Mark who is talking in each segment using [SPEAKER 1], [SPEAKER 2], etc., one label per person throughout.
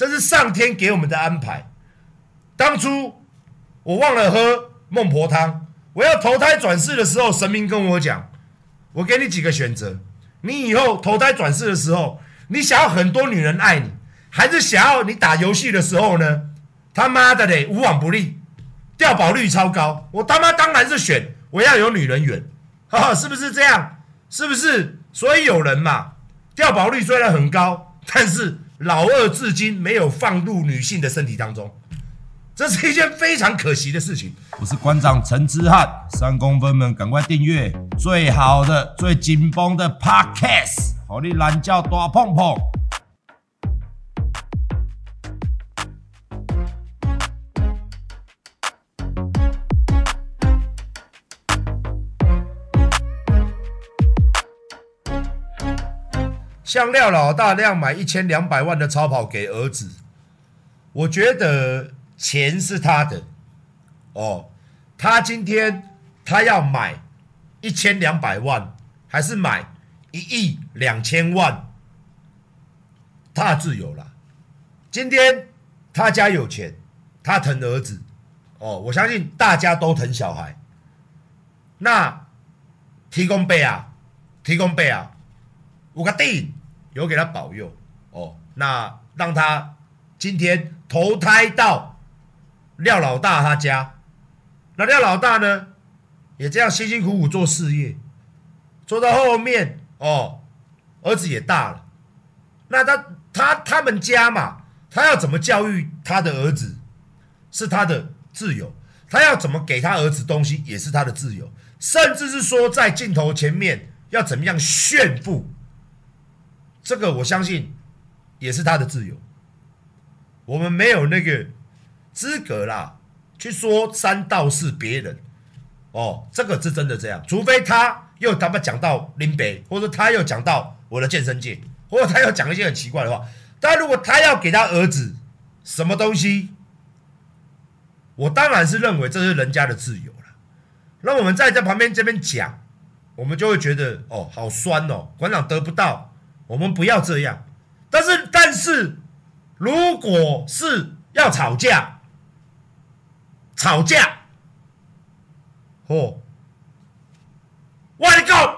[SPEAKER 1] 这是上天给我们的安排。当初我忘了喝孟婆汤，我要投胎转世的时候，神明跟我讲，我给你几个选择，你以后投胎转世的时候，你想要很多女人爱你，还是想要你打游戏的时候呢，他妈的嘞，无往不利，掉保率超高。我他妈当然是选我要有女人缘，是不是这样？是不是？所以有人嘛，掉保率虽然很高，但是老二至今没有放入女性的身体当中，这是一件非常可惜的事情。
[SPEAKER 2] 我是馆长陈之汉，3公分们赶快订阅最好的、最紧绷的 Podcast， 好你懒觉大碰碰。
[SPEAKER 1] 像廖老大那样买1200万的超跑给儿子，我觉得钱是他的哦。他今天他要买1200万，还是买1亿2000万，他的自由啦。今天他家有钱，他疼儿子哦，我相信大家都疼小孩。那提供备啊，有个定。有给他保佑哦，那让他今天投胎到廖老大他家，那廖老大呢也这样辛辛苦苦做事业，做到后面哦，儿子也大了，那他们家嘛，他要怎么教育他的儿子是他的自由，他要怎么给他儿子东西也是他的自由，甚至是说在镜头前面要怎么样炫富。这个我相信也是他的自由，我们没有那个资格啦，去说三道四别人哦，这个是真的这样，除非他又他妈讲到林北，或者他又讲到我的健身界，或者他又讲一些很奇怪的话。但如果他要给他儿子什么东西，我当然是认为这是人家的自由了。那我们在旁边这边讲，我们就会觉得哦，好酸哦，馆长得不到。我们不要这样，但是，如果是要吵架，哦，我跟你讲，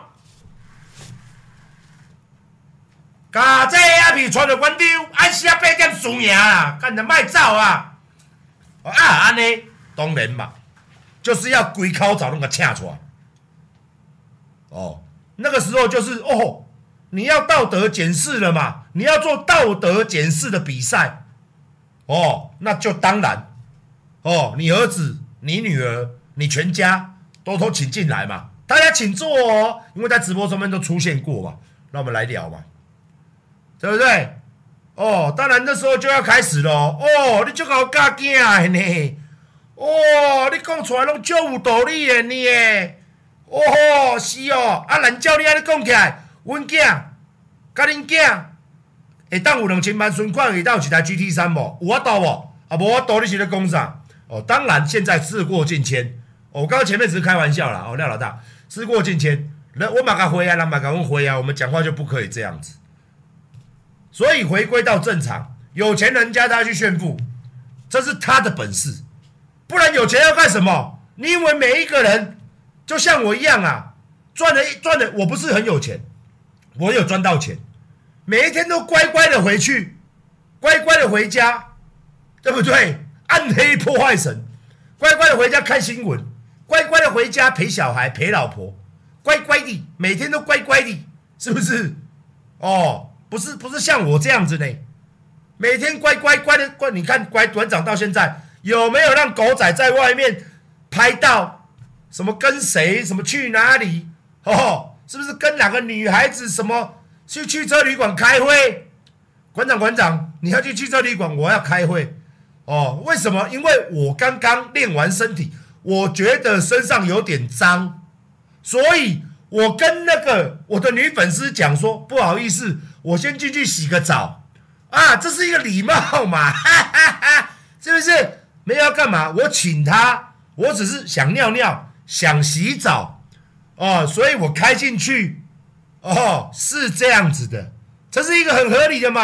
[SPEAKER 1] 把这阿皮传到馆长，按时啊8点输赢啦，干你卖走啊！安尼当然嘛，就是要规口找那个请出来。哦，那个时候就是哦。你要道德检视了嘛？你要做道德检视的比赛，哦，那就当然，哦，你儿子、你女儿、你全家都请进来嘛，大家请坐哦，因为在直播上面都出现过嘛，那我们来聊嘛，对不对？哦，当然那时候就要开始了哦，你就搞教囝的呢，哦，你讲出来拢足有道理的呢，哦，是哦，啊，难照你安尼讲起来。阮囝甲恁囝会当有2000万存款，会当有一台 GT3 无？有法度无？啊，无法度，你是咧讲啥？哦，当然现在事过境迁。哦，我刚刚前面只是开玩笑啦。哦，廖老大，事过境迁，我嘛甲回啊，人嘛甲阮回啊，我们讲话就不可以这样子。所以回归到正常，有钱人家他去炫富，这是他的本事。不然有钱要干什么？你以为每一个人就像我一样啊？赚的，我不是很有钱。我有赚到钱，每一天都乖乖的回去，乖乖的回家，对不对？暗黑破坏神，乖乖的回家看新闻，乖乖的回家陪小孩陪老婆，乖乖的，每天都乖乖的，是不是？哦，不是像我这样子呢，每天乖的，你看馆长到现在有没有让狗仔在外面拍到什么跟谁，什么去哪里？哦。是不是跟哪个女孩子什么去汽车旅馆开会？馆长，你要去汽车旅馆，我要开会哦。为什么？因为我刚刚练完身体，我觉得身上有点脏，所以我跟那个我的女粉丝讲说，不好意思，我先进去洗个澡啊，这是一个礼貌嘛，哈哈哈，是不是？没有要干嘛？我请她，我只是想尿尿，想洗澡。哦，所以我开进去，哦，是这样子的，这是一个很合理的嘛。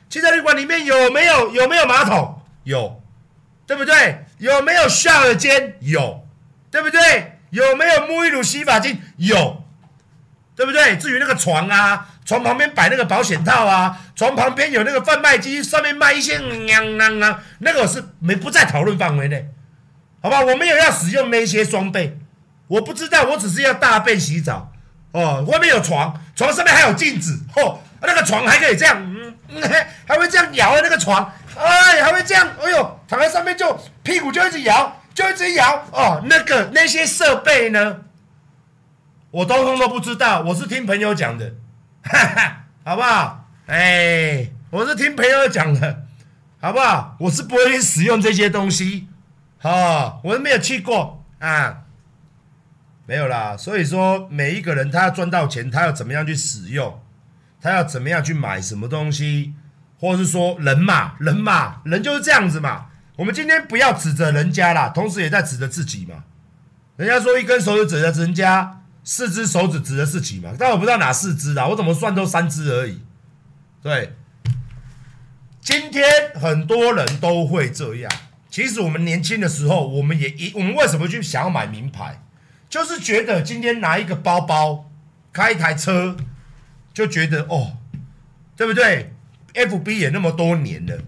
[SPEAKER 1] 汽车旅馆里面有没有马桶？有，对不对？有没有shower间？有，对不对？有没有沐浴乳、洗发精？有，对不对？至于那个床啊，床旁边摆那个保险套啊，床旁边有那个贩卖机，上面卖一些那个是不在讨论范围内，好吧？我没有要使用那些装备，我不知道，我只是要大便洗澡。哦，外面有床，床上面还有镜子，哦，那个床还可以这样，还会这样摇那个床，哎，还会这样，哎呦，躺在上面就屁股就一直摇，哦，那些设备呢，我通通都不知道，我是听朋友讲的，哈哈，好不好？哎，我是听朋友讲的，好不好？我是不会去使用这些东西，我都没有去过啊。没有啦，所以说每一个人他要赚到钱，他要怎么样去使用，他要怎么样去买什么东西，或者是说人就是这样子嘛。我们今天不要指责人家啦，同时也在指责自己嘛。人家说一根手指指着人家，4只手指指着自己嘛，但我不知道哪4只啦，我怎么算都3只而已。对，今天很多人都会这样。其实我们年轻的时候，我们为什么去想要买名牌？就是觉得今天拿一个包包，开一台车，就觉得哦，对不对 ？FB 也那么多年了，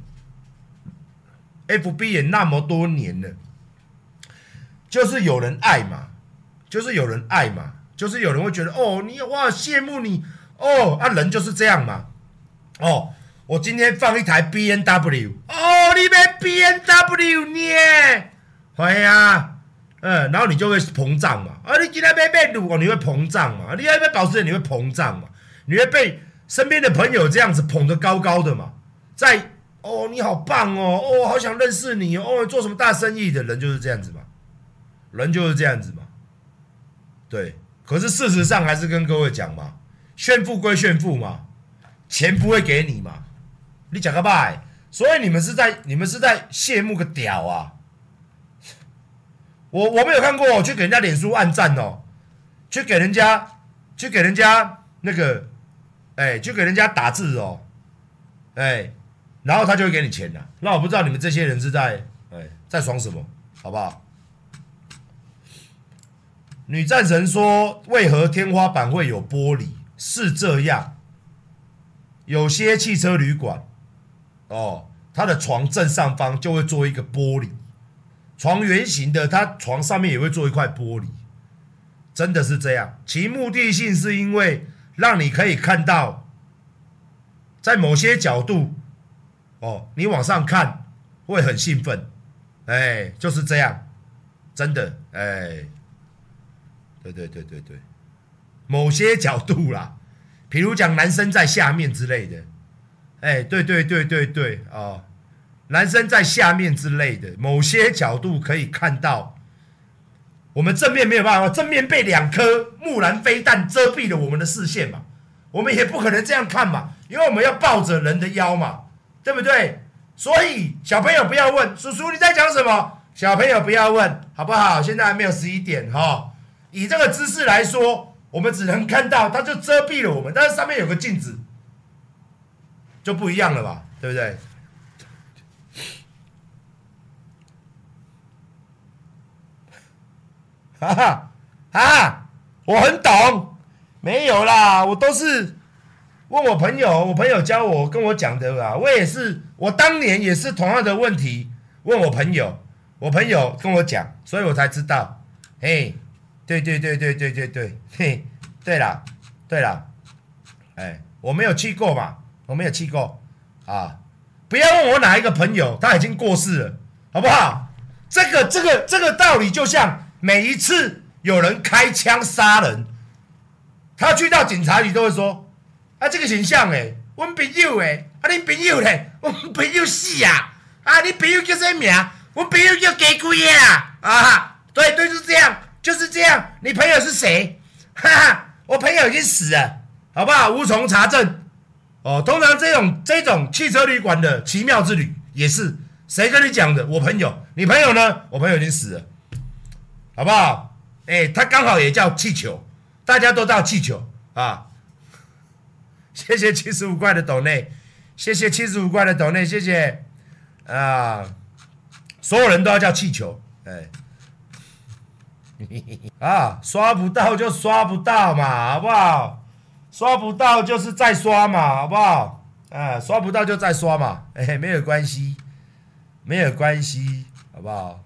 [SPEAKER 1] 就是有人爱嘛，就是有人会觉得哦，哇羡慕你哦，人就是这样嘛，哦，我今天放一台 BMW， 哦，你买 BMW 呢？对呀。然后你就会膨胀嘛，你今天买路，你会膨胀嘛，你要买保时捷，你会膨胀嘛，你会被身边的朋友这样子捧得高高的嘛，哦你好棒哦，好想认识你哦，做什么大生意的人就是这样子嘛，对，可是事实上还是跟各位讲嘛，炫富归炫富嘛，钱不会给你嘛，你讲个拜，所以你们是在羡慕个屌啊！我没有看过，去给人家脸书按赞哦，去给人家那个，去给人家打字哦，然后他就会给你钱了。那我不知道你们这些人是在爽什么，好不好？女战神说，为何天花板会有玻璃？是这样，有些汽车旅馆，它的床正上方就会做一个玻璃。床圆形的，它床上面也会做一块玻璃，真的是这样。其目的性是因为让你可以看到，在某些角度，你往上看会很兴奋，就是这样，真的，对，某些角度啦，比如讲男生在下面之类的，对哦。男生在下面之类的，某些角度可以看到，我们正面没有办法，正面被2颗木兰飞弹遮蔽了我们的视线嘛，我们也不可能这样看嘛，因为我们要抱着人的腰嘛，对不对？所以小朋友不要问叔叔你在讲什么，小朋友不要问，好不好？现在还没有11点哈，以这个姿势来说，我们只能看到它就遮蔽了我们，但是上面有个镜子，就不一样了吧，对不对？我很懂，没有啦，我都是问我朋友，我朋友教我跟我讲的啦。我当年也是同样的问题问我朋友，我朋友跟我讲，所以我才知道。对，嘿，对啦，我没有去过嘛，啊，不要问我哪一个朋友，他已经过世了，好不好？这个道理就像。每一次有人开枪杀人，他去到警察局都会说：“这个形象我朋友你朋友咧，我朋友死啊！你朋友叫什么名？我朋友叫鸡龟对，就是这样。你朋友是谁？我朋友已经死了，好不好？无从查证。通常这种汽车旅馆的奇妙之旅也是谁跟你讲的？我朋友，你朋友呢？我朋友已经死了。”好不好？他刚好也叫气球，大家都叫气球啊。谢谢75块的抖内， 谢谢75块的抖内，谢谢啊！所有人都要叫气球，啊，刷不到就刷不到嘛，好不好？刷不到就是再刷嘛，好不好？刷不到就再刷嘛，没有关系，没有关系，好不好？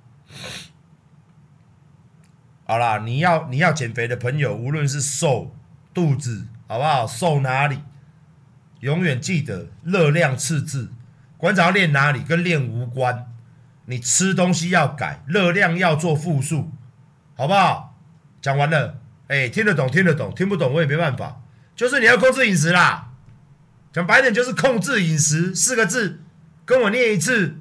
[SPEAKER 1] 好啦，你要减肥的朋友，无论是瘦肚子，好不好？瘦哪里？永远记得热量赤字，馆长要练哪里跟练无关。你吃东西要改，热量要做负数，好不好？讲完了，听得懂听得懂，听不懂我也没办法，就是你要控制饮食啦。讲白点就是控制饮食4个字，跟我念一次，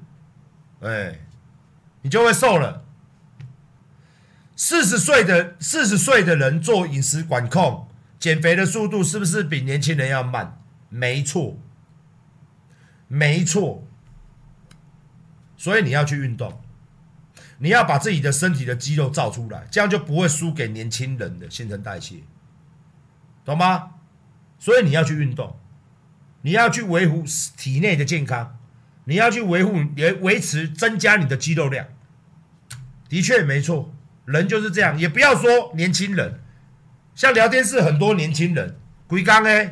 [SPEAKER 1] 你就会瘦了。40岁的人做饮食管控，减肥的速度是不是比年轻人要慢？没错，没错。所以你要去运动，你要把自己的身体的肌肉造出来，这样就不会输给年轻人的新陈代谢，懂吗？所以你要去运动，你要去维护体内的健康，你要去维持增加你的肌肉量。的确没错，人就是这样，也不要说年轻人，像聊天室很多年轻人，规工的，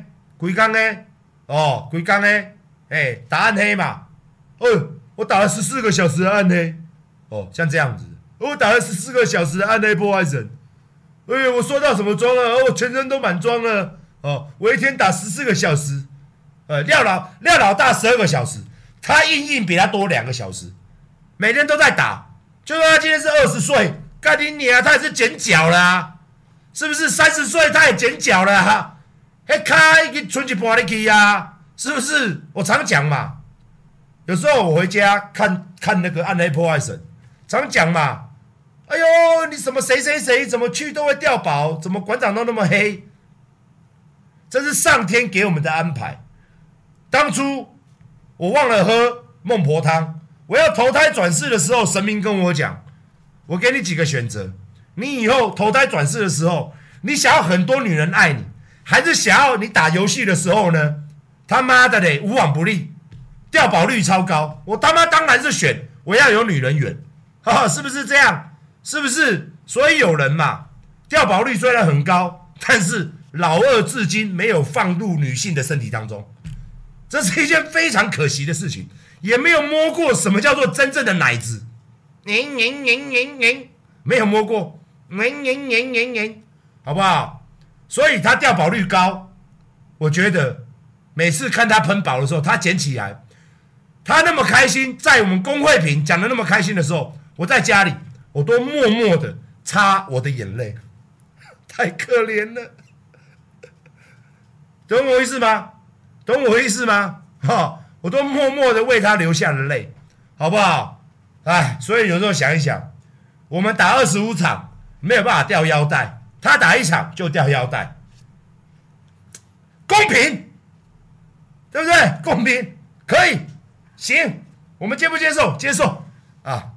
[SPEAKER 1] 打暗黑嘛，我打了14个小时的暗黑，像这样子，我打了14个小时的暗黑破坏神，我刷到什么装了？我全身都满装了，我一天打14个小时，廖老大12个小时，他硬比他多2个小时，每天都在打，就说他今天是20岁，干你娘，他也是剪脚了啊，是不是？30岁他也剪脚了啊，卡已经存一半力去啊，是不是？我常讲嘛。有时候我回家看那个暗黑破坏神，常讲嘛，哎呦，你什么谁怎么去都会掉宝，怎么馆长都那么黑？这是上天给我们的安排。当初我忘了喝孟婆汤，我要投胎转世的时候，神明跟我讲，我给你几个选择，你以后投胎转世的时候，你想要很多女人爱你，还是想要你打游戏的时候呢？他妈的嘞，无往不利。掉宝率超高，我他妈当然是选我要有女人缘，是不是这样？是不是？所以有人嘛，掉宝率虽然很高，但是老二至今没有放入女性的身体当中，这是一件非常可惜的事情，也没有摸过什么叫做真正的奶子，没有摸过，好不好？所以他掉宝率高，我觉得每次看他喷宝的时候，他捡起来。他那么开心，在我们公会品讲的那么开心的时候，我在家里我都默默的擦我的眼泪，太可怜了，懂我意思吗？懂我意思吗？我都默默的为他流下了泪，好不好？所以有时候想一想，我们打25场没有办法掉腰带，他打1场就掉腰带，公平，对不对？公平，可以。行，我们接不接受？接受啊！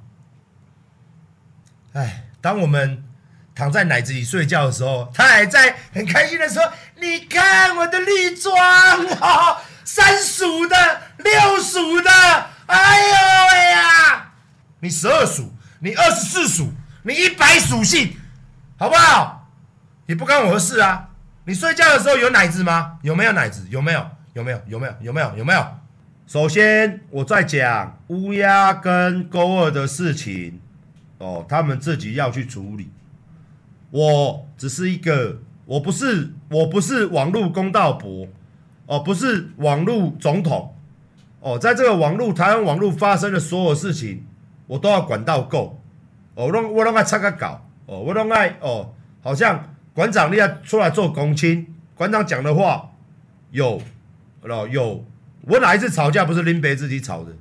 [SPEAKER 1] 当我们躺在奶子里睡觉的时候，他还在很开心的说：“你看我的绿装，3属的，6属的，哎呦喂呀！你12属，你24属，你100属性，好不好？也不干我的事啊！你睡觉的时候有奶子吗？有没有奶子？有没有？首先，我在讲乌鸦跟勾二的事情，他们自己要去处理。我只是一个，我不是网络公道伯，不是网络总统，在这个台湾网络发生的所有事情，我都要管到够，我都爱插个稿，我都爱好像馆长你要出来做公亲，馆长讲的话有。我哪一次吵架不是林北自己吵的？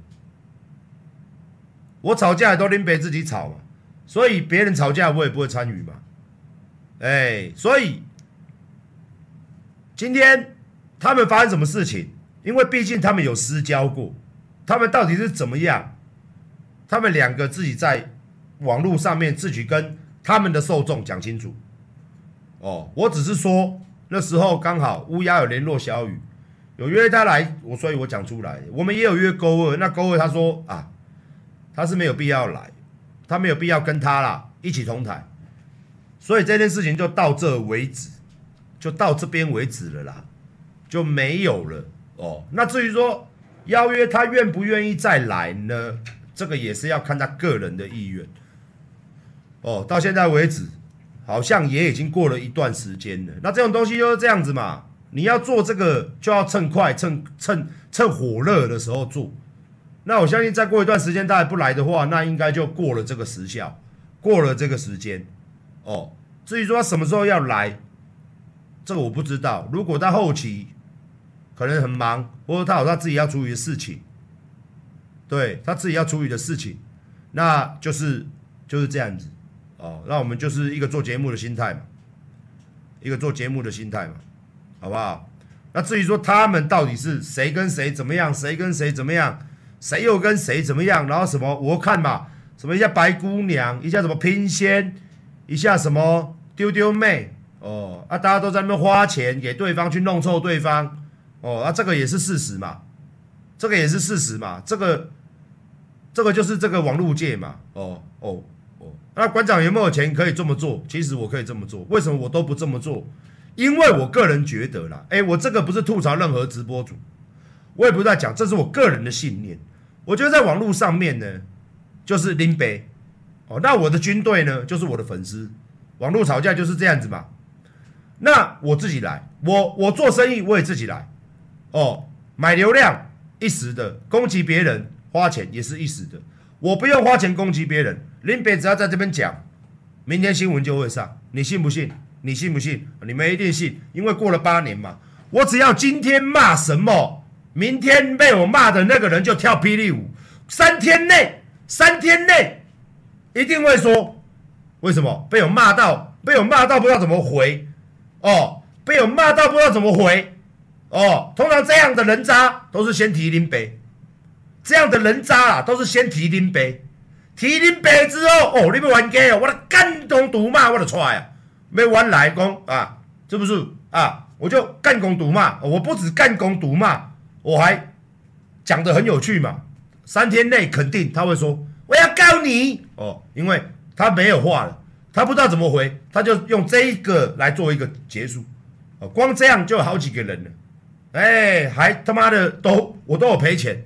[SPEAKER 1] 我吵架都林北自己吵嘛，所以别人吵架我也不会参与嘛。所以今天他们发生什么事情？因为毕竟他们有私交过，他们到底是怎么样？他们2个自己在网络上面自己跟他们的受众讲清楚。我只是说那时候刚好乌鸦有联络小雨。 有约他来，所以我讲出来。我们也有约勾二，那勾二他说啊，他是没有必要来，他没有必要跟他啦一起同台，所以这件事情就到这为止，就到这边为止了啦，就没有了哦。那至于说邀约他愿不愿意再来呢？这个也是要看他个人的意愿哦。到现在为止，好像也已经过了一段时间了。那这种东西就是这样子嘛，你要做这个就要趁快、趁火热的时候做。那我相信再过一段时间他还不来的话，那应该就过了这个时效，过了这个时间哦。至于说他什么时候要来，这个我不知道。如果他后期可能很忙，或者他有他自己要处理的事情，对他自己要处理的事情，那就是这样子哦。那我们就是一个做节目的心态嘛，一个做节目的心态嘛，好不好？那至于说他们到底是谁跟谁怎么样，谁跟谁怎么样，谁又跟谁怎么样，然后什么我看嘛，什么一下白姑娘，一下什么拼仙，一下什么丢丢妹哦，大家都在那边花钱给对方去弄臭对方哦，这个也是事实嘛，这个也是事实嘛，这个就是这个网络界嘛，那馆长有没有钱可以这么做？其实我可以这么做，为什么我都不这么做？因为我个人觉得啦，我这个不是吐槽任何直播主，我也不是在讲，这是我个人的信念。我觉得在网络上面呢，就是拎杯那我的军队呢，就是我的粉丝。网络吵架就是这样子嘛。那我自己来，我做生意我也自己来买流量一时的，攻击别人花钱也是一时的，我不用花钱攻击别人。林北只要在这边讲，明天新闻就会上，你信不信？你信不信？你们一定信，因为过了8年嘛。我只要今天骂什么，明天被我骂的那个人就跳霹雳舞，3天内一定会说，为什么被我骂到不知道怎么回被我骂到不知道怎么回通常这样的人渣都是先提林北，这样的人渣都是先提林北，提林北之后你要玩家我的干公毒骂我就出来啊，要玩来讲是不是我就干公毒骂，我不止干公毒骂，我还讲得很有趣嘛。3天内肯定他会说我要告你因为他没有话了，他不知道怎么回，他就用这一个来做一个结束光这样就有好几个人了。还他妈的我都有赔钱，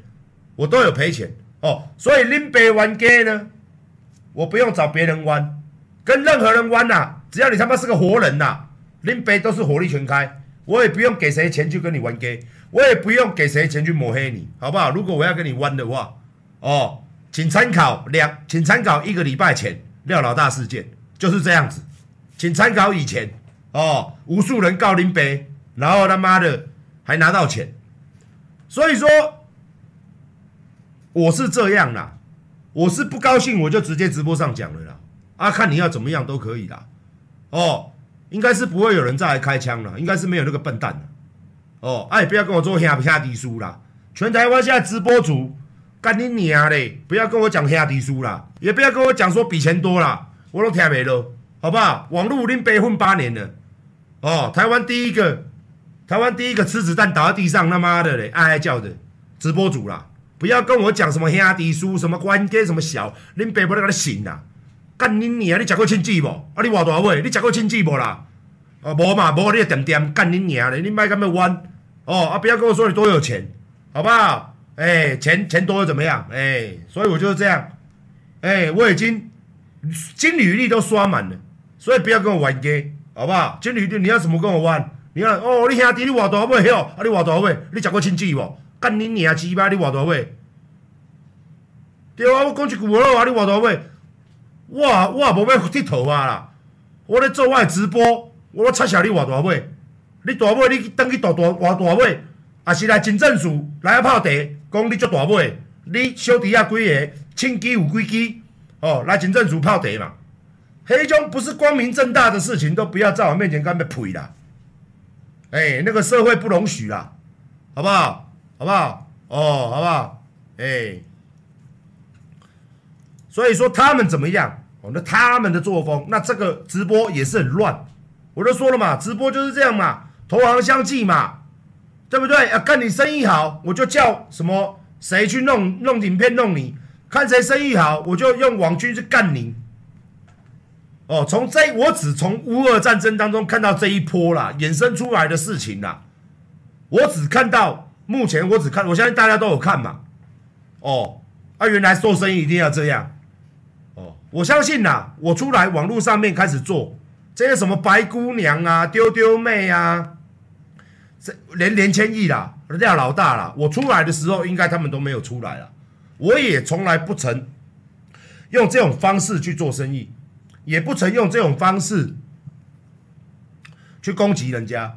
[SPEAKER 1] 所以林北玩家呢，我不用找别人玩，跟任何人玩只要你他妈是个活人林北都是火力全开，我也不用给谁钱去跟你玩 gay， 我也不用给谁钱去抹黑你，好不好？如果我要跟你玩的话请参考1个礼拜前廖老大事件，就是这样子，请参考以前无数人告林北，然后他妈的还拿到钱，所以说我是这样啦，我是不高兴我就直接直播上讲了啦，看你要怎么样都可以啦，应该是不会有人再来开枪了，应该是没有那个笨蛋了也不要跟我做兄弟书啦，全台湾现在直播主干你娘嘞，不要跟我讲兄弟书啦，也不要跟我讲说比钱多啦，我都听不了，好不好？网络林北混8年了台湾第一个吃子弹倒在地上他妈的嘞哀叫的直播主啦，不要跟我讲什么兄弟书，什么关家什么小，林北不得给他醒啦，干你娘！你吃过亲子无？你偌大尾？你吃过亲子无啦？无嘛，无你就点点干你娘嘞！你莫咁样弯不要跟我说你多有钱，好不好？钱多又怎么样？所以我就是这样，我已经金履历都刷满了，所以不要跟我玩 gay， 好不好？金履历你要怎么跟我玩？你看你兄弟你偌大尾你偌大尾？你吃过亲子无？干你娘鸡巴！你偌大尾？对我讲一句好你偌大尾？我也无要佚佗啦，我咧做我的直播，我插小你偌大尾？你大尾你等去偌大尾？也是来警政署来泡茶，讲你足大尾，你小弟啊几个，枪击有几支来警政署泡茶嘛？迄种不是光明正大的事情，都不要在我面前干咩呸啦！那个社会不容许啦，好不好？好不好？好不好？所以说他们怎么样？那他们的作风，那这个直播也是很乱。我都说了嘛，直播就是这样嘛，投行相忌嘛。 对不对？干你生意好，我就叫什么谁去弄影片弄你，看谁生意好，我就用网军去干你。哦，我只从乌俄战争当中看到这一波啦，衍生出来的事情啦。我只看到目前，我相信大家都有看嘛。哦，原来做生意一定要这样。哦，我相信啦，我出来网络上面开始做这些什么白姑娘啊、丢丢妹啊，连千亿啦、廖老大啦，我出来的时候应该他们都没有出来啦。我也从来不曾用这种方式去做生意。也不曾用这种方式去攻击人家，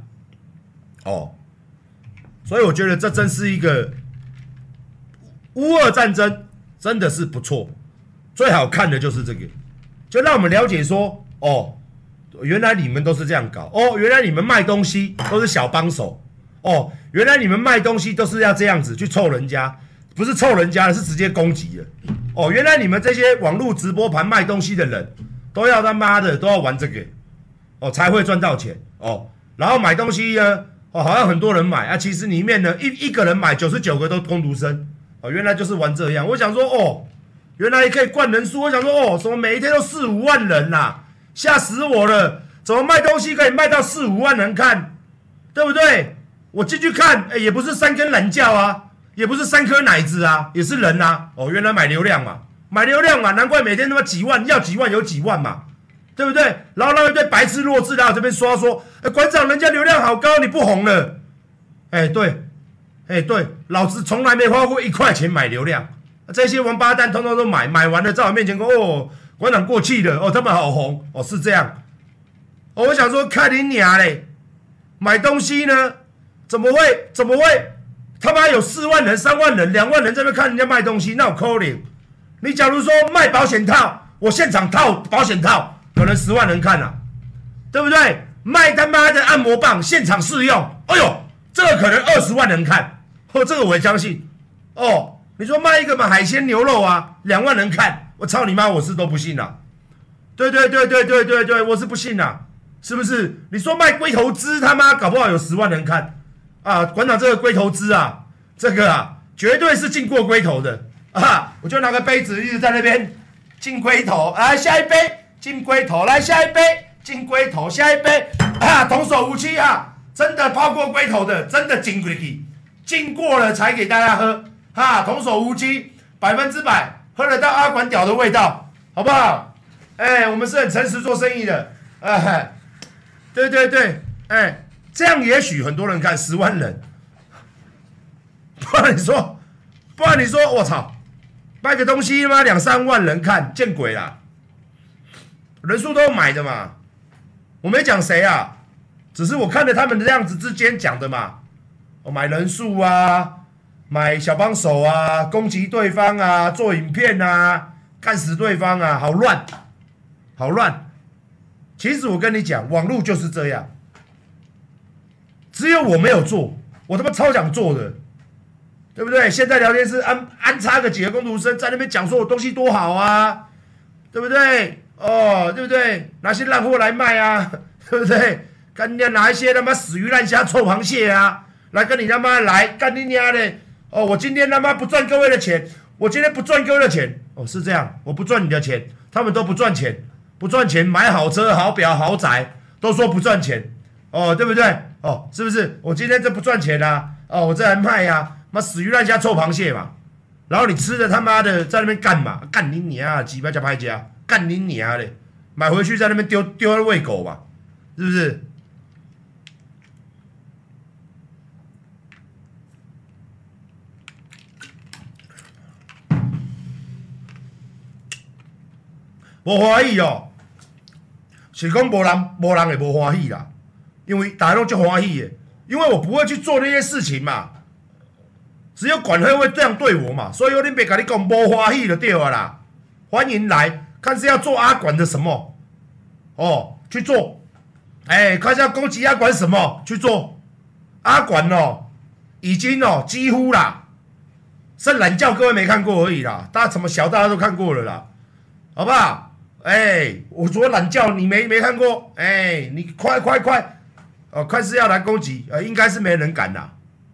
[SPEAKER 1] 所以我觉得这真是一个乌俄战争，真的是不错。最好看的就是这个，就让我们了解说，原来你们都是这样搞，原来你们卖东西都是小帮手，原来你们卖东西都是要这样子去凑人家，不是凑人家，是直接攻击了。原来你们这些网络直播盘卖东西的人。都要他妈的都要玩这个，才会赚到钱然后买东西呢，好像很多人买啊，其实里面呢一个人买99个都工读生，原来就是玩这样。我想说原来可以灌人数，我想说什么每一天都4、5万人啦，吓死我了！怎么卖东西可以卖到4、5万人看，对不对？我进去看，也不是3根懒觉啊，也不是3颗奶子啊，也是人啊，原来买流量嘛。买流量嘛，难怪每天他妈几万，要几万有几万嘛，对不对？然后让一堆白痴弱智来我这边刷说，馆长人家流量好高，你不红了，对，老子从来没花过1块钱买流量，这些王八蛋通通都买完了在我面前说，馆长过气了，他们好红，是这样，我想说看你娘嘞，买东西呢，怎么会他妈有4万人、3万人、2万人在那边看人家卖东西，那有可能。你假如说卖保险套，我现场套保险套，可能10万人看啊，对不对？卖他妈的按摩棒，现场试用，这个可能20万人看，这个我也相信。你说卖一个海鲜牛肉啊，2万人看，我操你妈，我是都不信啦。对，我是不信啦，是不是？你说卖龟头汁，他妈搞不好有10万人看啊！馆长这个龟头汁啊，这个啊，绝对是进过龟头的。我就拿个杯子一直在那边进龟头，来下一杯进龟头，来下一杯进龟头，下一杯童叟无欺啊！真的泡过龟头的，真的进过去，进过了才给大家喝童叟无欺，100%喝得到阿管屌的味道，好不好？我们是很诚实做生意的，对，这样也许很多人看10万人，不然你说我操！卖个东西嘛，2、3万人看，见鬼啦！人数都有买的嘛，我没讲谁啊，只是我看着他们的样子之间讲的嘛。买人数啊，买小帮手啊，攻击对方啊，做影片啊，干死对方啊，好乱，好乱。其实我跟你讲，网络就是这样，只有我没有做，我他妈超想做的。对不对？现在聊天室安插个几个工读生在那边讲说我东西多好啊，对不对？对不对？拿些烂货来卖啊，对不对？干你拿一些他妈死鱼烂虾、臭螃蟹啊，来跟你他妈来干你娘的！我今天他妈不赚各位的钱，我今天不赚各位的钱，是这样，我不赚你的钱，他们都不赚钱，不赚钱买好车、好表、豪宅，都说不赚钱，对不对？是不是？我今天这不赚钱啊，我这来卖呀。妈死鱼烂虾臭螃蟹嘛，然后你吃的他妈的在那边干嘛？干你娘啊！鸡巴加拍家，干你娘嘞！买回去在那边丢喂狗嘛，是不是？无欢喜是讲无人会无欢喜啦，因为大家都就欢喜的，因为我不会去做那些事情嘛。只有管会这样对我嘛，所以我恁别跟你讲无欢喜就对了啦。欢迎来看是要做阿管的什么去做，看是要攻击阿管什么去做。阿管已经几乎啦，剩懒觉各位没看过而已啦，大家什么小大家都看过了啦，好不好？我说懒觉你没看过，你快，快是要来攻击，应该是没人敢啦。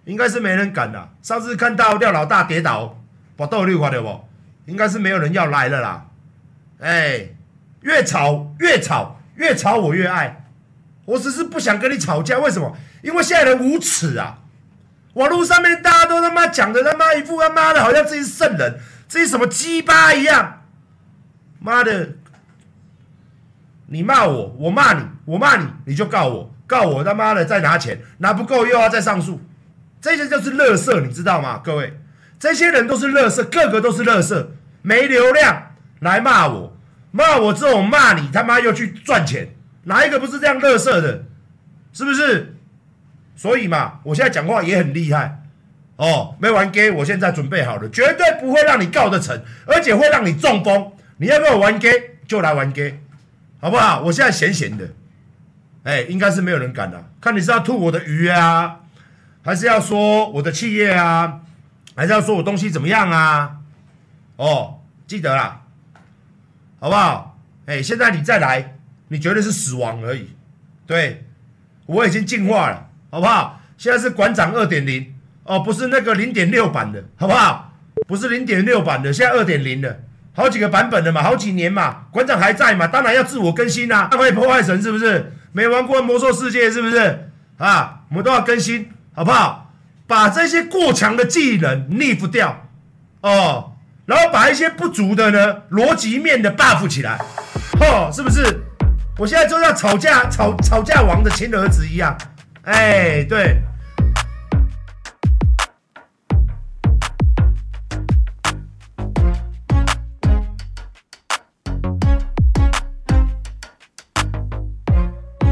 [SPEAKER 1] 应该是没人敢啦。上次看到廖老大跌倒，把豆绿看到不？应该是没有人要来了啦。越吵我越爱。我只是不想跟你吵架，为什么？因为现在人无耻啊！网络上面大家都他妈讲的他妈一副他妈的好像自己是圣人，自己什么鸡巴一样。妈的，你骂我，我骂你，我骂你，你就告我，告我他妈的再拿钱，拿不够又要再上诉，这些就是垃圾，你知道吗？各位，这些人都是垃圾，个个都是垃圾，没流量来骂我，骂我之后骂你他妈又去赚钱。哪一个不是这样垃圾的？是不是？所以嘛，我现在讲话也很厉害哦，没玩 gay， 我现在准备好了，绝对不会让你告得成，而且会让你中风。你要跟我玩 gay 就来玩 gay， 好不好？我现在闲闲的，应该是没有人敢的。看你是要吐我的鱼啊，还是要说我的企业啊，还是要说我东西怎么样啊？哦，记得啦，好不好？现在你再来。你绝对是死亡而已，对，我已经进化了，好不好？现在是馆长 2.0 哦，不是那个 0.6 版的，好不好？不是 0.6 版的，现在 2.0 了，好几个版本了嘛，好几年嘛，馆长还在嘛，当然要自我更新啊，会破坏神是不是？没玩过魔兽世界是不是？啊，我们都要更新，好不好？把这些过强的技能 nerf 掉哦，然后把一些不足的呢，逻辑面的 buff 起来，是不是？我现在就像吵架王的亲儿子一样，对。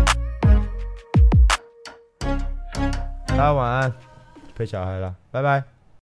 [SPEAKER 1] 大家晚安，陪小孩了，拜拜。